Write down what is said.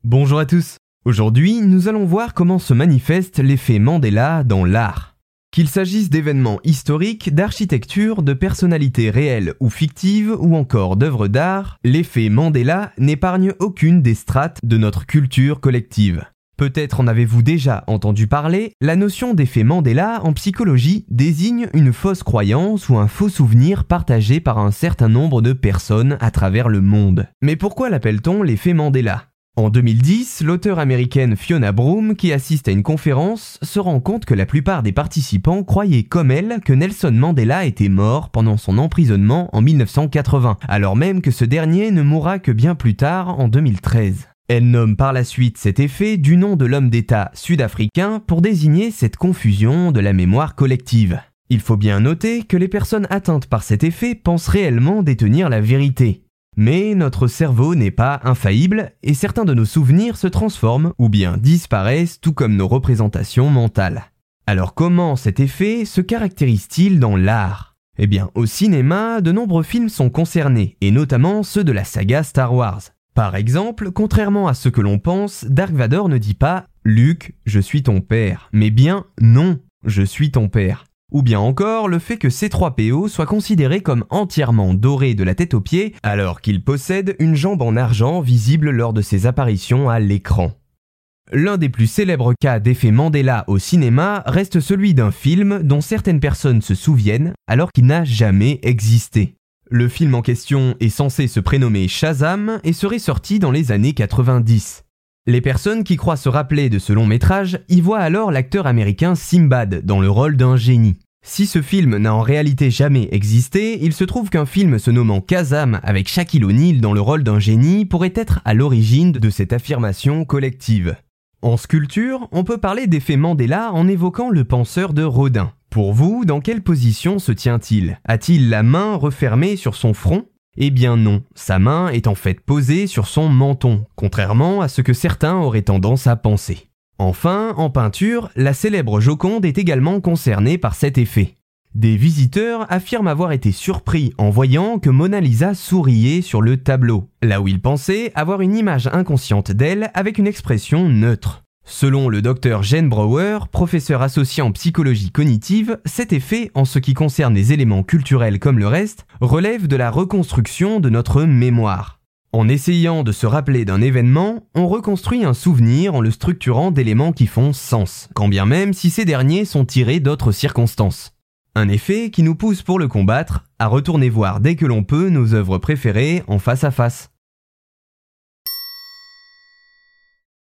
Bonjour à tous. Aujourd'hui, nous allons voir comment se manifeste l'effet Mandela dans l'art. Qu'il s'agisse d'événements historiques, d'architecture, de personnalités réelles ou fictives ou encore d'œuvres d'art, l'effet Mandela n'épargne aucune des strates de notre culture collective. Peut-être en avez-vous déjà entendu parler, la notion d'effet Mandela en psychologie désigne une fausse croyance ou un faux souvenir partagé par un certain nombre de personnes à travers le monde. Mais pourquoi l'appelle-t-on l'effet Mandela ? En 2010, l'auteure américaine Fiona Broome, qui assiste à une conférence, se rend compte que la plupart des participants croyaient comme elle que Nelson Mandela était mort pendant son emprisonnement en 1980, alors même que ce dernier ne mourra que bien plus tard en 2013. Elle nomme par la suite cet effet du nom de l'homme d'État sud-africain pour désigner cette confusion de la mémoire collective. Il faut bien noter que les personnes atteintes par cet effet pensent réellement détenir la vérité. Mais notre cerveau n'est pas infaillible et certains de nos souvenirs se transforment ou bien disparaissent tout comme nos représentations mentales. Alors comment cet effet se caractérise-t-il dans l'art ? Eh bien, au cinéma, de nombreux films sont concernés et notamment ceux de la saga Star Wars. Par exemple, contrairement à ce que l'on pense, Dark Vador ne dit pas « Luke, je suis ton père », mais bien « Non, je suis ton père ». Ou bien encore le fait que C3PO soit considéré comme entièrement doré de la tête aux pieds alors qu'il possède une jambe en argent visible lors de ses apparitions à l'écran. L'un des plus célèbres cas d'effet Mandela au cinéma reste celui d'un film dont certaines personnes se souviennent alors qu'il n'a jamais existé. Le film en question est censé se prénommer Shazam et serait sorti dans les années 90. Les personnes qui croient se rappeler de ce long métrage y voient alors l'acteur américain Sinbad dans le rôle d'un génie. Si ce film n'a en réalité jamais existé, il se trouve qu'un film se nommant Kazam avec Shaquille O'Neal dans le rôle d'un génie pourrait être à l'origine de cette affirmation collective. En sculpture, on peut parler d'effet Mandela en évoquant le penseur de Rodin. Pour vous, dans quelle position se tient-il ? A-t-il la main refermée sur son front ? Eh bien non, sa main est en fait posée sur son menton, contrairement à ce que certains auraient tendance à penser. Enfin, en peinture, la célèbre Joconde est également concernée par cet effet. Des visiteurs affirment avoir été surpris en voyant que Mona Lisa souriait sur le tableau, là où ils pensaient avoir une image inconsciente d'elle avec une expression neutre. Selon le docteur Jane Brower, professeur associé en psychologie cognitive, cet effet, en ce qui concerne les éléments culturels comme le reste, relève de la reconstruction de notre mémoire. En essayant de se rappeler d'un événement, on reconstruit un souvenir en le structurant d'éléments qui font sens, quand bien même si ces derniers sont tirés d'autres circonstances. Un effet qui nous pousse pour le combattre à retourner voir dès que l'on peut nos œuvres préférées en face à face.